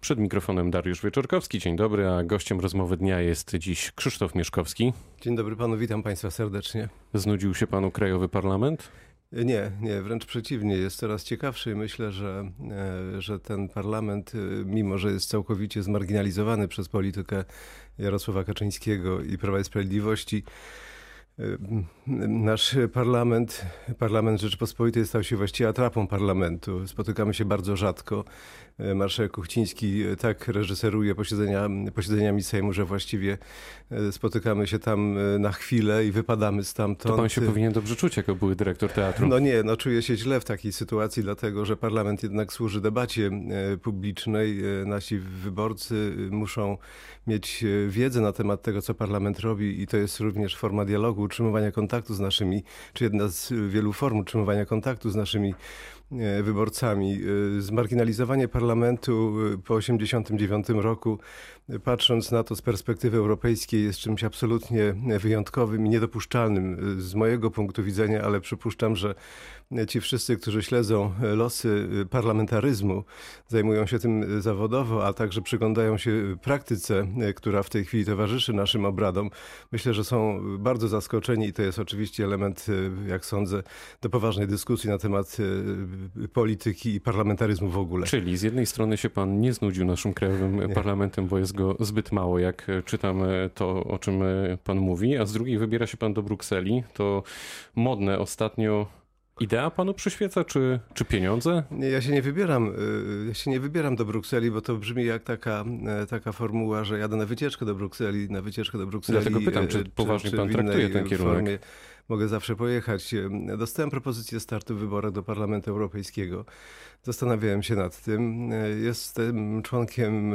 Przed mikrofonem Dariusz Wieczorkowski. Dzień dobry, a gościem rozmowy dnia jest dziś Krzysztof Mieszkowski. Dzień dobry panu, witam państwa serdecznie. Znudził się panu Krajowy Parlament? Nie, wręcz przeciwnie, jest coraz ciekawszy i myślę, że ten parlament, mimo że jest całkowicie zmarginalizowany przez politykę Jarosława Kaczyńskiego i Prawa i Sprawiedliwości, nasz Parlament Rzeczypospolitej stał się właściwie atrapą parlamentu. Spotykamy się bardzo rzadko. Marszałek Kuchciński tak reżyseruje posiedzeniami Sejmu, że właściwie spotykamy się tam na chwilę i wypadamy stamtąd. To pan się powinien dobrze czuć jako były dyrektor teatru. Czuję się źle w takiej sytuacji, dlatego że parlament jednak służy debacie publicznej. Nasi wyborcy muszą mieć wiedzę na temat tego, co parlament robi i to jest również forma dialogu, utrzymywania kontaktu z naszymi, czy jedna z wielu form utrzymywania kontaktu z naszymi wyborcami. Zmarginalizowanie parlamentu po 1989 roku, patrząc na to z perspektywy europejskiej, jest czymś absolutnie wyjątkowym i niedopuszczalnym z mojego punktu widzenia, ale przypuszczam, że ci wszyscy, którzy śledzą losy parlamentaryzmu, zajmują się tym zawodowo, a także przyglądają się praktyce, która w tej chwili towarzyszy naszym obradom, myślę, że są bardzo zaskoczeni i to jest oczywiście element, jak sądzę, do poważnej dyskusji na temat polityki i parlamentaryzmu w ogóle. Czyli z jednej strony się pan nie znudził naszym krajowym parlamentem, bo jest go zbyt mało, jak czytam to, o czym pan mówi, a z drugiej wybiera się pan do Brukseli. To modne ostatnio. Idea panu przyświeca, czy pieniądze? Nie, ja się nie wybieram do Brukseli, bo to brzmi jak taka formuła, że jadę na wycieczkę do Brukseli. Dlatego pytam, czy poważnie pan traktuje ten kierunek? Mogę zawsze pojechać. Dostałem propozycję startu w wyborach do Parlamentu Europejskiego. Zastanawiałem się nad tym. Jestem członkiem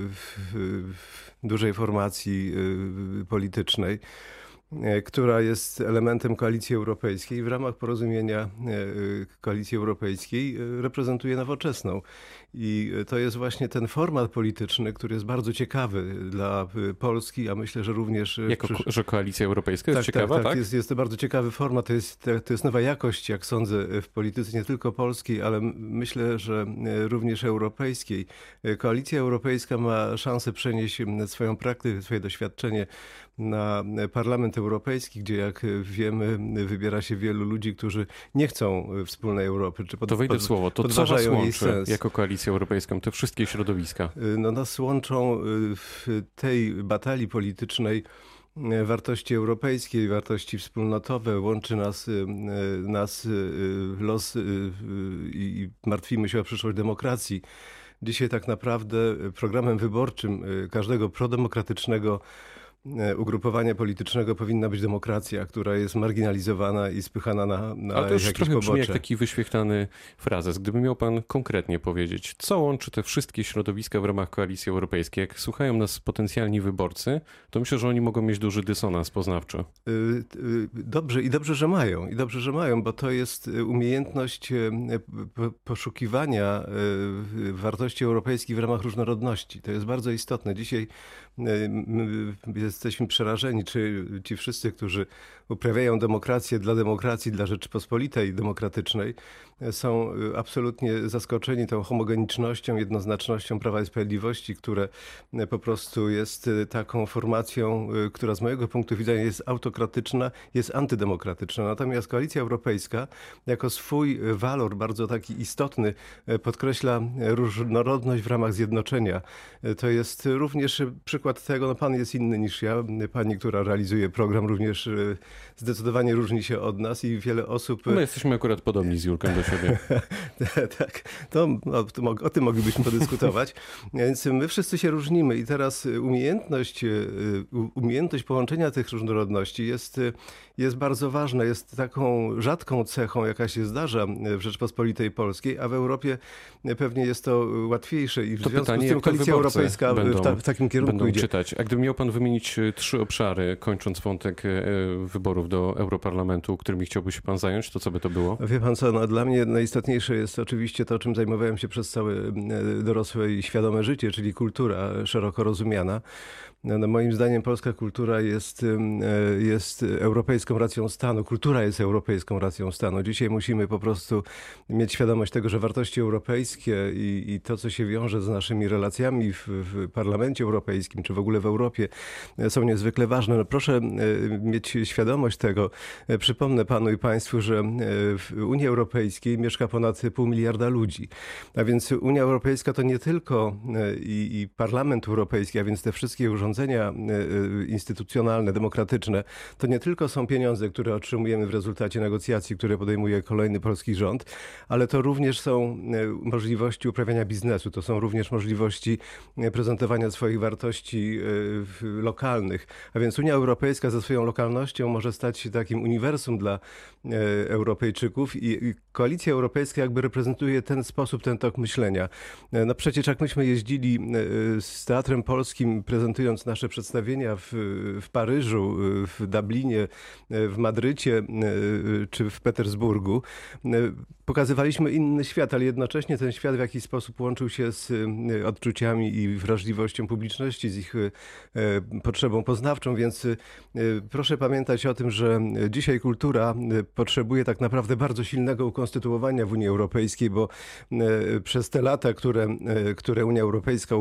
dużej formacji politycznej, która jest elementem Koalicji Europejskiej. W ramach porozumienia Koalicji Europejskiej reprezentuje Nowoczesną. I to jest właśnie ten format polityczny, który jest bardzo ciekawy dla Polski, a myślę, że również... Że Koalicja Europejska jest ciekawa, tak? Jest to bardzo ciekawy format. To jest nowa jakość, jak sądzę, w polityce nie tylko polskiej, ale myślę, że również europejskiej. Koalicja Europejska ma szansę przenieść swoją praktykę, swoje doświadczenie na Parlament Europejski, gdzie jak wiemy wybiera się wielu ludzi, którzy nie chcą wspólnej Europy. To wejdę w słowo. To co was łączy jako Koalicję Europejską, te wszystkie środowiska? Nas łączą w tej batalii politycznej wartości europejskie, wartości wspólnotowe. Łączy nas los i martwimy się o przyszłość demokracji. Dzisiaj tak naprawdę programem wyborczym każdego prodemokratycznego ugrupowania politycznego powinna być demokracja, która jest marginalizowana i spychana na jakieś pobocze. Ale to już trochę brzmi jak taki wyświechtany frazes. Gdyby miał pan konkretnie powiedzieć, co łączy te wszystkie środowiska w ramach Koalicji Europejskiej? Jak słuchają nas potencjalni wyborcy, to myślę, że oni mogą mieć duży dysonans poznawczy. Dobrze, że mają, bo to jest umiejętność poszukiwania wartości europejskich w ramach różnorodności. To jest bardzo istotne. Dzisiaj jesteśmy przerażeni, czy ci wszyscy, którzy uprawiają demokracji, dla Rzeczypospolitej demokratycznej, są absolutnie zaskoczeni tą homogenicznością, jednoznacznością Prawa i Sprawiedliwości, które po prostu jest taką formacją, która z mojego punktu widzenia jest autokratyczna, jest antydemokratyczna. Natomiast Koalicja Europejska jako swój walor bardzo taki istotny podkreśla różnorodność w ramach zjednoczenia. To jest również przykład tego, pan jest inny niż ja, pani, która realizuje program, również zdecydowanie różni się od nas i wiele osób... My jesteśmy akurat podobni z Jurkiem do siebie. Tak, o tym moglibyśmy podyskutować. Więc my wszyscy się różnimy i teraz umiejętność połączenia tych różnorodności jest bardzo ważna, jest taką rzadką cechą, jaka się zdarza w Rzeczpospolitej Polskiej, a w Europie pewnie jest to łatwiejsze i w związku z tym Koalicja Europejska w takim kierunku idzie. Czytać. A gdyby miał pan wymienić wymienić 3 obszary, kończąc wątek wyborów do Europarlamentu, którymi chciałby się pan zająć, to co by to było? Wie pan co, no, dla mnie najistotniejsze jest oczywiście to, czym zajmowałem się przez całe dorosłe i świadome życie, czyli kultura szeroko rozumiana. No, moim zdaniem polska kultura jest europejską racją stanu. Kultura jest europejską racją stanu. Dzisiaj musimy po prostu mieć świadomość tego, że wartości europejskie i to, co się wiąże z naszymi relacjami w Parlamencie Europejskim, czy w ogóle w Europie, są niezwykle ważne. No, proszę mieć świadomość tego. Przypomnę panu i państwu, że w Unii Europejskiej mieszka ponad 500 miliarda ludzi. A więc Unia Europejska to nie tylko i Parlament Europejski, a więc te wszystkie urządzenia instytucjonalne, demokratyczne, to nie tylko są pieniądze, które otrzymujemy w rezultacie negocjacji, które podejmuje kolejny polski rząd, ale to również są możliwości uprawiania biznesu, to są również możliwości prezentowania swoich wartości lokalnych. A więc Unia Europejska ze swoją lokalnością może stać się takim uniwersum dla Europejczyków i Koalicja Europejska jakby reprezentuje ten sposób, ten tok myślenia. No przecież jak myśmy jeździli z Teatrem Polskim, prezentując nasze przedstawienia w Paryżu, w Dublinie, w Madrycie czy w Petersburgu, pokazywaliśmy inny świat, ale jednocześnie ten świat w jakiś sposób łączył się z odczuciami i wrażliwością publiczności, z ich potrzebą poznawczą, więc proszę pamiętać o tym, że dzisiaj kultura potrzebuje tak naprawdę bardzo silnego ukonstytuowania w Unii Europejskiej, bo przez te lata, które Unia Europejska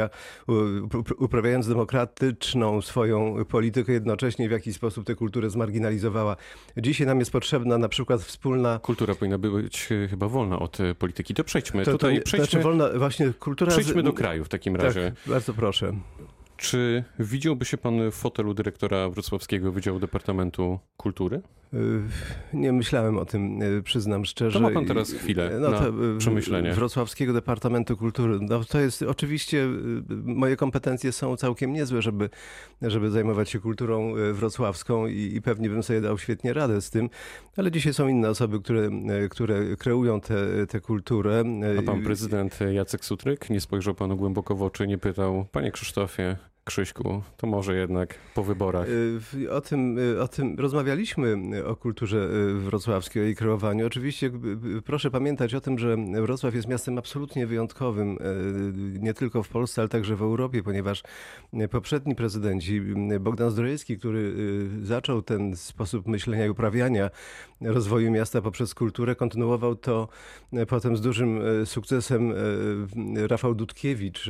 uprawiając demokratyczną swoją politykę, jednocześnie w jakiś sposób tę kulturę zmarginalizowała. Dzisiaj nam jest potrzebna na przykład wspólna... Kultura powinna być chyba wolna od polityki. To przejdźmy. Przejdźmy do kraju w takim razie. Tak, bardzo proszę. Czy widziałby się pan w fotelu dyrektora Wrocławskiego Wydziału Departamentu Kultury? Nie myślałem o tym, przyznam szczerze. To ma pan teraz chwilę na przemyślenie. Wrocławskiego Departamentu Kultury. No to jest oczywiście, moje kompetencje są całkiem niezłe, żeby zajmować się kulturą wrocławską i pewnie bym sobie dał świetnie radę z tym, ale dzisiaj są inne osoby, które kreują tę kulturę. A pan prezydent Jacek Sutryk nie spojrzał panu głęboko w oczy, nie pytał: panie Krzysztofie, Krzyśku, to może jednak po wyborach. O tym rozmawialiśmy, o kulturze wrocławskiej, o jej kreowaniu. Oczywiście proszę pamiętać o tym, że Wrocław jest miastem absolutnie wyjątkowym, nie tylko w Polsce, ale także w Europie, ponieważ poprzedni prezydenci, Bogdan Zdrojewski, który zaczął ten sposób myślenia i uprawiania rozwoju miasta poprzez kulturę, kontynuował to potem z dużym sukcesem Rafał Dudkiewicz.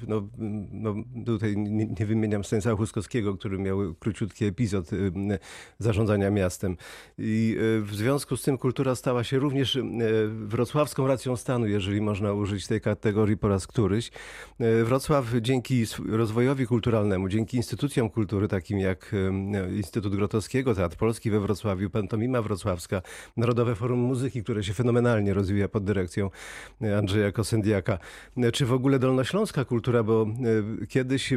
Tutaj nie wymieniam Stanisława Huskowskiego, który miał króciutki epizod zarządzania miastem. I w związku z tym kultura stała się również wrocławską racją stanu, jeżeli można użyć tej kategorii po raz któryś. Wrocław dzięki rozwojowi kulturalnemu, dzięki instytucjom kultury, takim jak Instytut Grotowskiego, Teatr Polski we Wrocławiu, Pantomima Wrocławska, Narodowe Forum Muzyki, które się fenomenalnie rozwija pod dyrekcją Andrzeja Kosendiaka, czy w ogóle dolnośląska kultura, bo kiedyś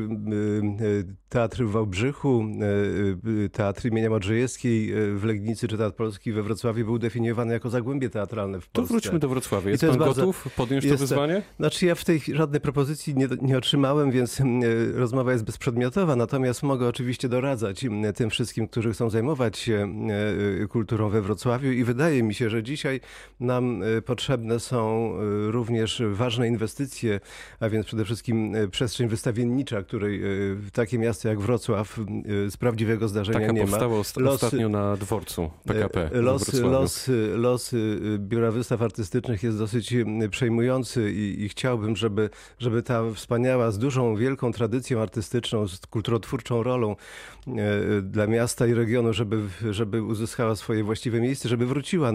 teatr w Wałbrzychu, teatr imienia Modrzejewskiej w Legnicy czy Teatr Polski we Wrocławiu był definiowany jako zagłębie teatralne w Polsce. To wróćmy do Wrocławia. Jest pan gotów podjąć to wyzwanie? Znaczy ja w tej żadnej propozycji nie otrzymałem, więc rozmowa jest bezprzedmiotowa, natomiast mogę oczywiście doradzać tym wszystkim, którzy chcą zajmować się kulturą we Wrocławiu i wydaje mi się, że dzisiaj nam potrzebne są również ważne inwestycje, a więc przede wszystkim przestrzeń wystawiennicza, której takie miasto jak Wrocław z prawdziwego zdarzenia nie ma. Taka powstała ostatnio na dworcu PKP. Los Biura Wystaw Artystycznych jest dosyć przejmujący i chciałbym, żeby ta wspaniała, z dużą, wielką tradycją artystyczną, z kulturotwórczą rolą dla miasta i regionu, żeby uzyskała swoje właściwe miejsce, żeby wróciła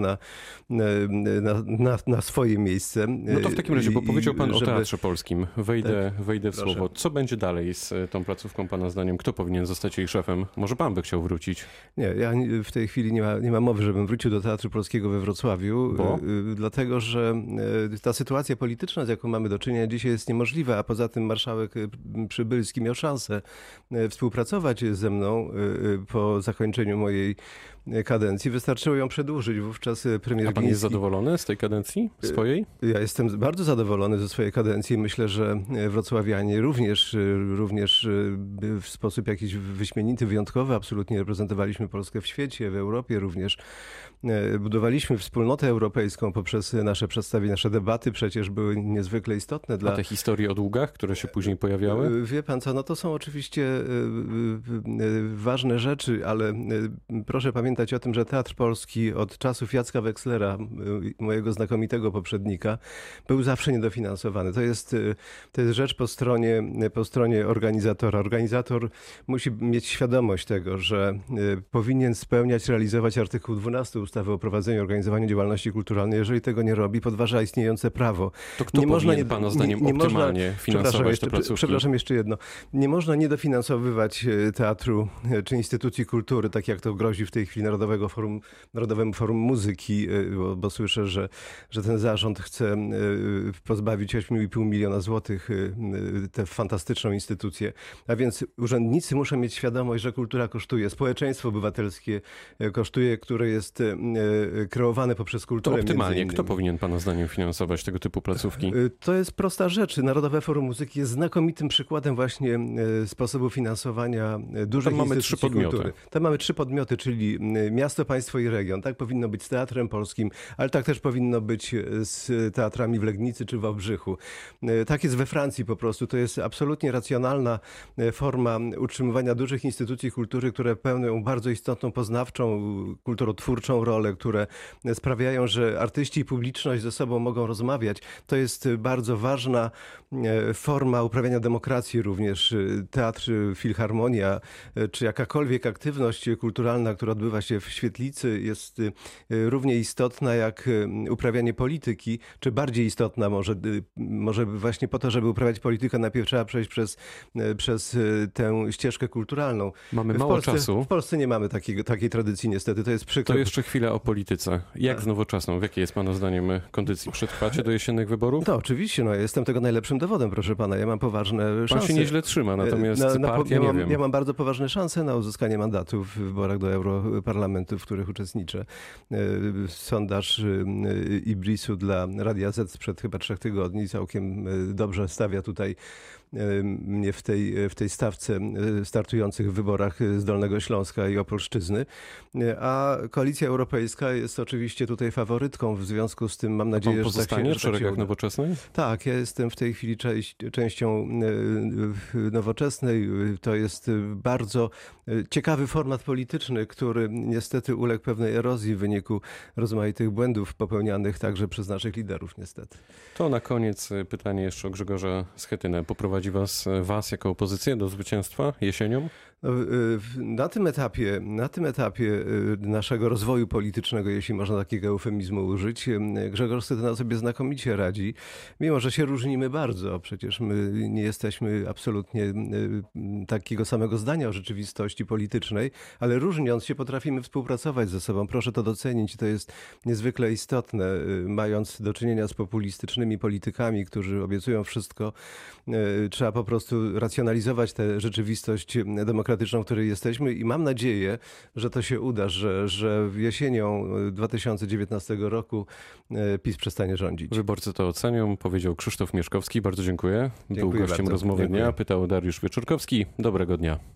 na swoje miejsce. No to w takim razie, bo powiedział pan o Teatrze Polskim. Wejdę w słowo. Co będzie dalej z tą placówką pana zdaniem? Kto powinien zostać jej szefem? Może pan by chciał wrócić? Nie, ja w tej chwili nie ma mowy, żebym wrócił do Teatru Polskiego we Wrocławiu, dlatego że ta sytuacja polityczna, z jaką mamy do czynienia dzisiaj, jest niemożliwa, a poza tym marszałek Przybylski miał szansę współpracować ze mną po zakończeniu mojej kadencji. Wystarczyło ją przedłużyć. Wówczas premier Gliński... A pan jest zadowolony z tej kadencji swojej? Ja jestem bardzo zadowolony ze swojej kadencji. Myślę, że wrocławianie również również w sposób jakiś wyśmienity, wyjątkowy. Absolutnie reprezentowaliśmy Polskę w świecie, w Europie również. Budowaliśmy wspólnotę europejską poprzez nasze przedstawienia, nasze debaty przecież były niezwykle istotne A te historie o długach, które się później pojawiały? Wie pan co, no to są oczywiście ważne rzeczy, ale proszę pamiętać o tym, że Teatr Polski od czasów Jacka Wekslera, mojego znakomitego poprzednika, był zawsze niedofinansowany. To jest rzecz po stronie organizatora. Organizator musi mieć świadomość tego, że powinien spełniać, realizować artykuł 12 ustawy o prowadzeniu i organizowaniu działalności kulturalnej. Jeżeli tego nie robi, podważa istniejące prawo. To kto powinien pana zdaniem optymalnie finansować te placówki? Przepraszam, jeszcze jedno. Nie można niedofinansowywać teatru czy instytucji kultury, tak jak to grozi w tej chwili Narodowemu Forum Muzyki, bo słyszę, że ten zarząd chce pozbawić 8,5 miliona złotych tę fantastyczną instytucję. A więc urzędnicy muszą mieć świadomość, że kultura kosztuje, społeczeństwo obywatelskie kosztuje, które jest kreowane poprzez kulturę. To optymalnie. Kto powinien pana zdaniem finansować tego typu placówki? To jest prosta rzecz. Narodowe Forum Muzyki jest znakomitym przykładem właśnie sposobu finansowania dużych instytucji kultury. Tam mamy 3 podmioty, czyli miasto, państwo i region. Tak powinno być z Teatrem Polskim, ale tak też powinno być z teatrami w Legnicy czy w Wałbrzychu. Tak jest we Francji po prostu. To jest absolutnie racjonalna forma utrzymywania dużych instytucji kultury, które pełnią bardzo istotną poznawczą, kulturotwórczą rolę, które sprawiają, że artyści i publiczność ze sobą mogą rozmawiać. To jest bardzo ważna forma uprawiania demokracji również. Teatr, filharmonia, czy jakakolwiek aktywność kulturalna, która odbywa się w świetlicy, jest równie istotna jak uprawianie polityki, czy bardziej istotna może właśnie po to, żeby uprawiać politykę, najpierw trzeba przejść przez tę ścieżkę kulturalną. Mamy mało czasu. W Polsce nie mamy takiej tradycji niestety, to jest przykre. To jeszcze chwilę o polityce. Jak z Nowoczesną? W jakiej jest pana zdaniem kondycji? Przetrwacie do jesiennych wyborów? To oczywiście, no, jestem tego najlepszym dowodem, proszę pana. Ja mam poważne szanse. Pan się nieźle trzyma, natomiast partia nie wiem. Ja mam bardzo poważne szanse na uzyskanie mandatu w wyborach do Europarlamentu, w których uczestniczę. Sondaż Ibrisu dla Radia Z sprzed chyba 3 tygodni całkiem dobrze stawia tutaj mnie w tej stawce startujących w wyborach z Dolnego Śląska i Opolszczyzny. A Koalicja Europejska jest oczywiście tutaj faworytką, w związku z tym mam nadzieję, że tak się w szeregach Nowoczesnej? Tak, ja jestem w tej chwili częścią Nowoczesnej. To jest bardzo ciekawy format polityczny, który niestety uległ pewnej erozji w wyniku rozmaitych błędów popełnianych także przez naszych liderów niestety. To na koniec pytanie jeszcze o Grzegorza Schetynę. Poprowadzi was jako opozycję do zwycięstwa jesienią? Na tym etapie naszego rozwoju politycznego, jeśli można takiego eufemizmu użyć, Grzegorz Schetyna sobie znakomicie radzi, mimo że się różnimy bardzo. Przecież my nie jesteśmy absolutnie takiego samego zdania o rzeczywistości politycznej, ale różniąc się potrafimy współpracować ze sobą. Proszę to docenić i to jest niezwykle istotne. Mając do czynienia z populistycznymi politykami, którzy obiecują wszystko, trzeba po prostu racjonalizować tę rzeczywistość demokratyczną, w której jesteśmy i mam nadzieję, że to się uda, że jesienią 2019 roku PiS przestanie rządzić. Wyborcy to ocenią, powiedział Krzysztof Mieszkowski. Bardzo dziękuję. Był gościem bardzo. rozmowy dnia. Pytał Dariusz Wieczorkowski. Dobrego dnia.